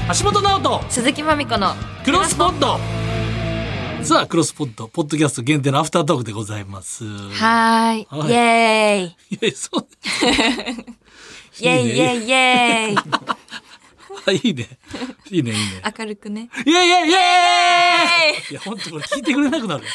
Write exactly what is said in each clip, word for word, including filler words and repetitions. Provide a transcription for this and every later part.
橋本直人鈴木まみこのクロスポッド。さあクロスポッドポッドキャスト限定のアフタートークでございます。 はーい、 はいイエーイいやそうイエーイイエーイイエーイあいいねいいねいいね明るくね。 イエイイエイイエイイエいや本当これ聞いてくれなくなる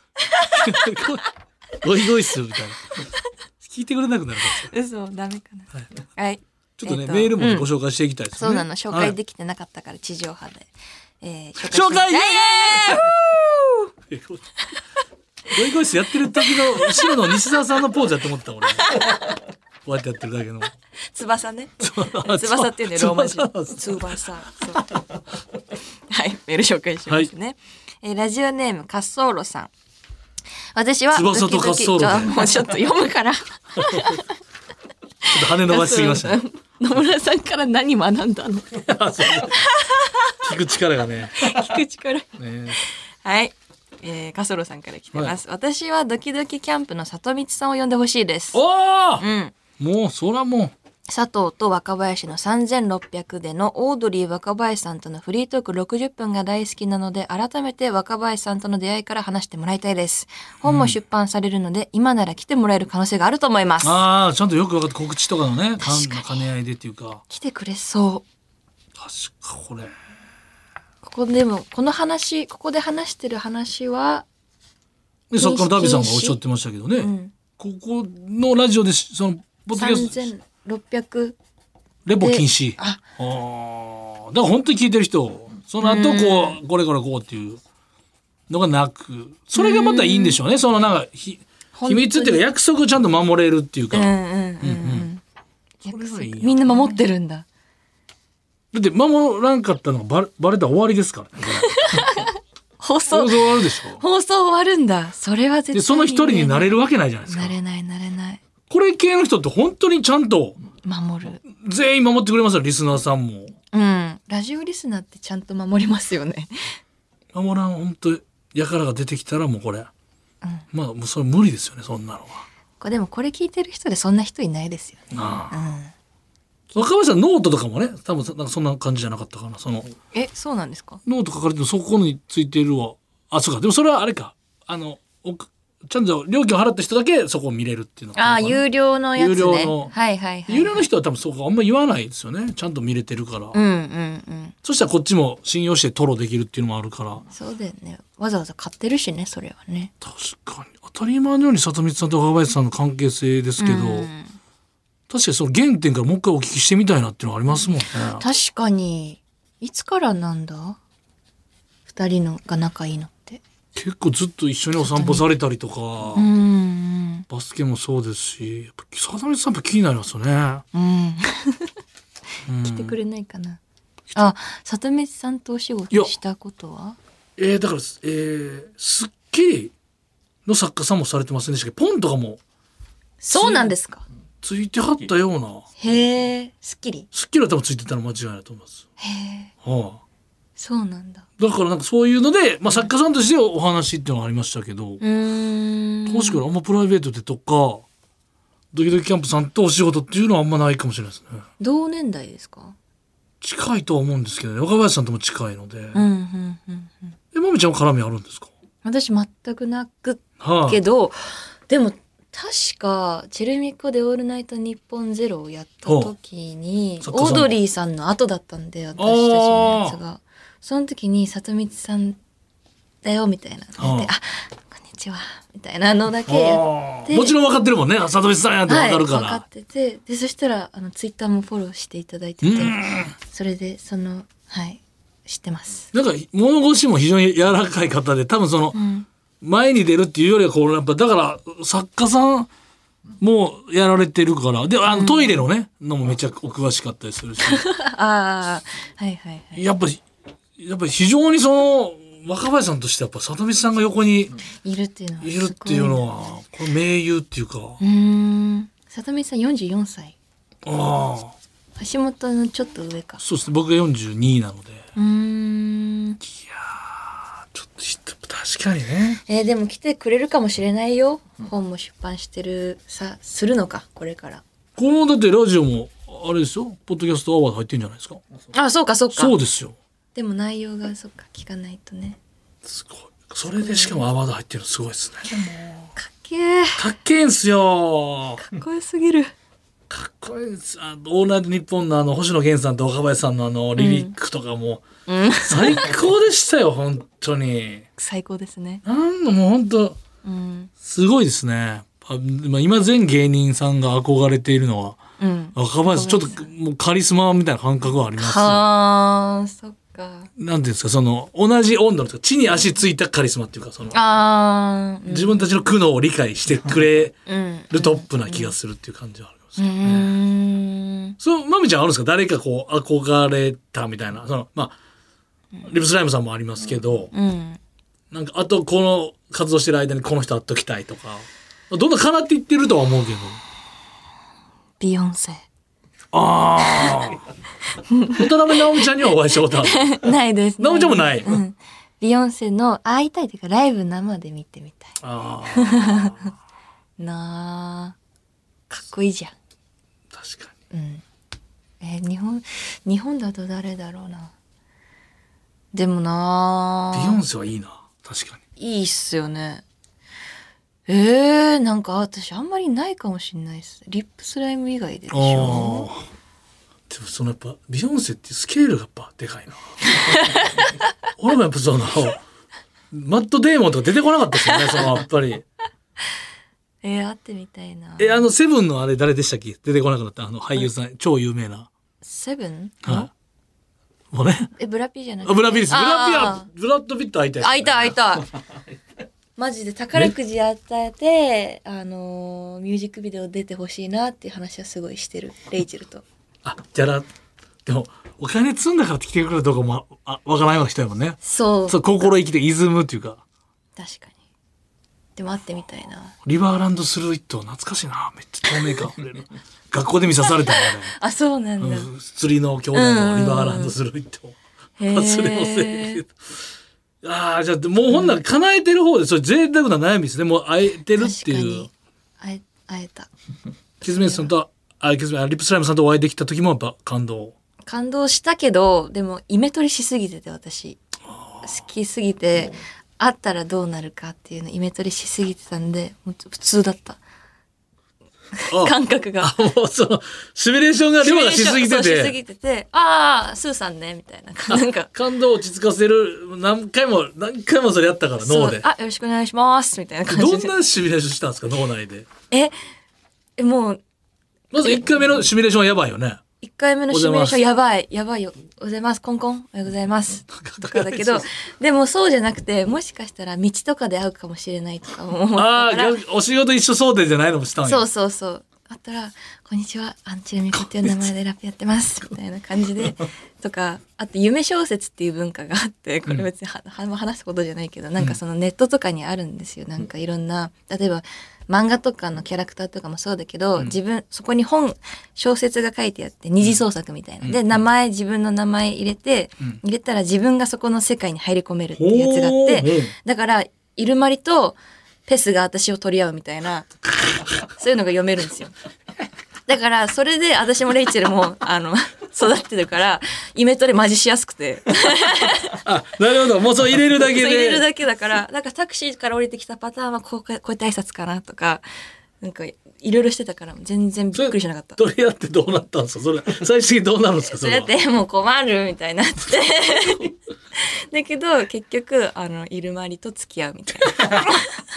ゴイゴイスみたいな聞いてくれなくなるから嘘ダメかな。はい、 ちょっとね、 えっとメールもうんご紹介していきたいですね。 そうなの紹介でききてなかったから地上波で、えー、 紹介イエイエーイーイゴイゴイスやってる時の後ろの西澤さんのポーズやって思った俺。こうやってやってるだけの。 翼ね。 あ翼っていうねローマ字。 翼翼。そうはいメール紹介しますね。えーラジオネーム滑走路さん。私は翼と滑走路でドキドキちょもうちょっと読むから。 ちょっと羽伸ばしすぎましたね。 野村さんから何学んだの？ あそう聞く力がね。 聞く力。 ねはい。えー、カソロさんから来てます、はい、私はドキドキキャンプの里光さんを呼んでほしいです。 おー、 うん、 もうそらもう佐藤と若林のさんぜんろっぴゃくでのオードリー若林さんとのフリートークろくじゅっぷんが大好きなので、改めて若林さんとの出会いから話してもらいたいです。本も出版されるので、うん、今なら来てもらえる可能性があると思います。 ああちゃんとよく分かって告知とかのね兼ね合いでっていうか来てくれそう。 確かこれここでもこの話ここで話してる話はで作家のダビさんがおっしゃってましたけどね、うん、ここのラジオでそのポッドキャストさんぜんろっぴゃくレポ禁止。ああだから本当に聞いてる人その後こう、うん、これからこうっていうのがなくそれがまたいいんでしょうね。そのなんかひ秘密っていうか約束をちゃんと守れるっていうかみんな守ってるんだ。 だって守らんかったのがバレ、バレたら終わりですからね。 放送放送終わるでしょ。 放送終わるんだ。それは絶対にでその一人になれるわけないじゃないですか。 なれないなれない。 これ系の人って本当にちゃんと守る。 全員守ってくれますよリスナーさんも。 うん。ラジオリスナーってちゃんと守りますよね。 守らん本当やからが出てきたらもうこれ、うん、まあもうそれ無理ですよねそんなのは。 これでもこれ聞いてる人でそんな人いないですよね。ああ。うん若林さんノートとかもね多分なんかそんな感じじゃなかったかなそのえそうなんですか。 ノート書かれてるそこについているわあそうかでもそれはあれかあのちゃんと料金を払った人だけそこを見れるっていうのああ有料のやつね。 有料の、 はいはいはい、 有料の人は多分そこあんま言わないですよねちゃんと見れてるから、 うんうんうん、 そしたらこっちも信用してトロできるっていうのもあるからそうだよねわざわざ買ってるしねそれはね。 確かに当たり前のように里光さんと若林さんの関係性ですけど、うん確かにその原点からもう一回お聞きしてみたいなっていうのがありますもんね。 確かにいつからなんだ二人のが仲いいのって。 結構ずっと一緒にお散歩されたりとか、うん、バスケもそうですしやっぱ里光さんやっぱ気になりますよね、 うん、来てくれないかな。あ里光さんとお仕事したことはえー、だから、えー、スッキリの作家さんもされてませんでしたけどポンとかもそうなんですかついてはったような。 へえ、スッキリ。 スッキリは多分ついてたの間違いないと思います。 へえ。 はあ。 そうなんだ。 だからなんかそういうので、まあ作家さんとしてお話っていうのがありましたけど、うん。確かにあんまプライベートでとか、ドキドキキャンプさんとお仕事っていうのはあんまないかもしれないですね。 同年代ですか？ 近いとは思うんですけどね。若林さんとも近いので。うんうんうんうん。 え、まみちゃんは絡みあるんですか？ 私全くなくけど、はあ、でも。確かチェルミコでオールナイトニッポンゼロをやった時にオードリーさんの後だったんで私たちのやつがその時に里光さんだよみたいなのであこんにちはみたいなのだけやってもちろん分かってるもんね里光さんやって分かるから、 はい、分かっててでそしたらあのツイッターもフォローしていただいててそれでそのはい知ってます。 なんか物腰も非常に柔らかい方で多分その、うん前に出るっていうよりはこうやっぱだから作家さんもやられてるからであのトイレのね、うん、のもめちゃお詳しかったりするしああはいはいはいやっぱりやっぱり非常にその若林さんとしてやっぱ里光さんが横にいるっていうのはいるっていうのはこれ盟友っていうかうん里光さんよんじゅうよんさいああ橋本のちょっと上かそうですね僕がよんじゅうになのでうんいやちょっと確かにね、 えー、でも来てくれるかもしれないよ、うん、本も出版してるさするのかこれからこのだってラジオもあれですよ、ポッドキャストアワード入ってんじゃないですか。 あ、そうかそうか。 そうですよ。 でも内容がそっか聞かないとね。 すごい。それでしかもアワード入ってるのすごいですね。 かっけー。 かっけえんすよ。 かっこよすぎる。 かっこいいです。あのオールナイトニッポンのあの星野源さんと岡林さんのあのリリックとかも、 うん、 最高でしたよ本当に。 最高ですね。 なんのもう本当、 うん、すごいですね。あ、まあ、今全芸人さんが憧れているのは、うん、若林ちょっともうカリスマみたいな感覚はありますよ。 はあ、そっか。 なんていうんですか、その同じ温度の地に足ついたカリスマっていうか、そのあ、うん、自分たちの苦悩を理解してくれるトップな気がするっていう感じはありますね。うん、そう、まみちゃんあるんですか、誰かこう憧れたみたいな、そのまあリブスライムさんもありますけど、うん、なんかあとこの活動してる間にこの人会っときたいとか、どんどん叶っていってるとは思うけど。 ビヨンセ。 ああ。渡辺直美ちゃんにはお会いしたことある？ ないです。 直美ちゃんもない。 うん、ビヨンセの会いたいというかライブ生で見てみたい。ああ。なあ。かっこいいじゃん。 確かに。 うん。えー、日本日本だと誰だろうな。でもなー。ビヨンセはいいな。確かに。いいっすよね。えー、なんか私あんまりないかもしれないです。リップスライム以外ででしょ。 でもそのやっぱビヨンセってスケールがやっぱでかいな。俺もやっぱそのマットデーモンとか出てこなかったですよね。そのやっぱり。 えー、会ってみたいな。 え、あのセブンのあれ誰でしたっけ？出てこなくなったあの俳優さん、超有名な。 セブン？ はい。もうね。 え、ブラピじゃない？ ブラピです。ブラピはブラッドピット会いたい。 会いたい会いたい。マジで宝くじ与えて、あのー、ミュージックビデオ出てほしいなっていう話はすごいしてる、レイチェルと。 あ、じゃら、でもお金積んだからって来てくれるとかもあわからないような人やもんね。 そう。 そう、心意気でイズムっていうか。 確かに。でも会ってみたいな。 リバーランドスルーイット懐かしいな。めっちゃ透明感あふれる。学校で見さされたんだね。 あ、そうなんだ。うん、 釣りの兄弟のリバーランドスルーイット。忘れもせんけど。ああ、じゃあもうほんなら叶えてる方で、それ贅沢な悩みですね。もう会えてるっていう。 会え、会えた。 キズメイさんと、あ、キズメイ、リップスライムさんとお会いできた時もやっぱ感動。 感動したけど、でもイメトレしすぎてて私。好きすぎて、会ったらどうなるかっていうのイメトレしすぎてたんで、もう普通だった。感覚が。 もうそのシミュレーションが量がしすぎてて。 しすぎてて、ああ、スーさんね、みたいな。なんか。 感動を落ち着かせる、何回も、何回もそれやったから脳で。 あ、よろしくお願いします、みたいな感じで。どんなシミュレーションしたんですか、脳内で。 え、え、もう。 まずいっかいめのシミュレーションはやばいよね。 いっかいめのシミュレーションやばい、やばいよ。おはようございます、コンコン、おはようございます。とかだけど、でもそうじゃなくて、もしかしたら道とかで会うかもしれないとかも思ったから。ああ、 お仕事一緒想定じゃないのもしたんや。 そうそうそう。あったら、こんにちは、アンチェルミコっていう名前でラップやってます。みたいな感じで、とか、あと夢小説っていう文化があって、これ別には、うん、話すことじゃないけど、なんかそのネットとかにあるんですよ。なんかいろんな、例えば漫画とかのキャラクターとかもそうだけど、うん、自分、そこに本、小説が書いてあって、二次創作みたいな。うん、で、名前、自分の名前入れて、うん、入れたら自分がそこの世界に入り込めるっていうやつがあって、だから、イルマリとペスが私を取り合うみたいな、そういうのが読めるんですよ。だから、それで私もレイチェルも、あの、育ってるから、イメトレマジしやすくて。 あ、なるほど。もうそう入れるだけで。 そう入れるだけだから、なんかタクシーから降りてきたパターンはこう、こうやって挨拶かなとか、なんか、いろいろしてたから、全然びっくりしなかった。 取り合ってどうなったんですかそれ、最終的にどうなるんですかそれ。 それってもう困るみたいになって。だけど、結局、あの、イルマリと付き合うみたいな。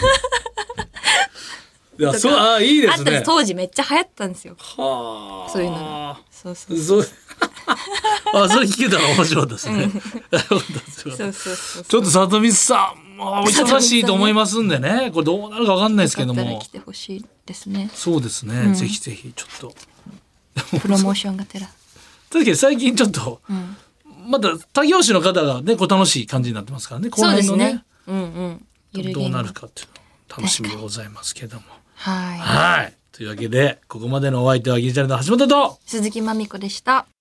いや、そう、あ、いいですね。 あった当時めっちゃ流行ったんですよ。はあ。そういうのが。そうそうそう。あ、それ聞けたら面白かったですね。うん、そうそうそう。ちょっと里見さん、もう忙しいと思いますんでね。これどうなるかわかんないですけども。 来てほしいですね。 そうですね。うん、ぜひぜひちょっと。 プロモーションがてら。 確かに最近ちょっと、うん、また他業種の方がね、こう楽しい感じになってますからね。 そうですね。うんうん。 どうなるかっていうの楽しみでございますけども。 はい。 はい。というわけで、ここまでのお相手はギリシャリの橋本と鈴木まみこでした。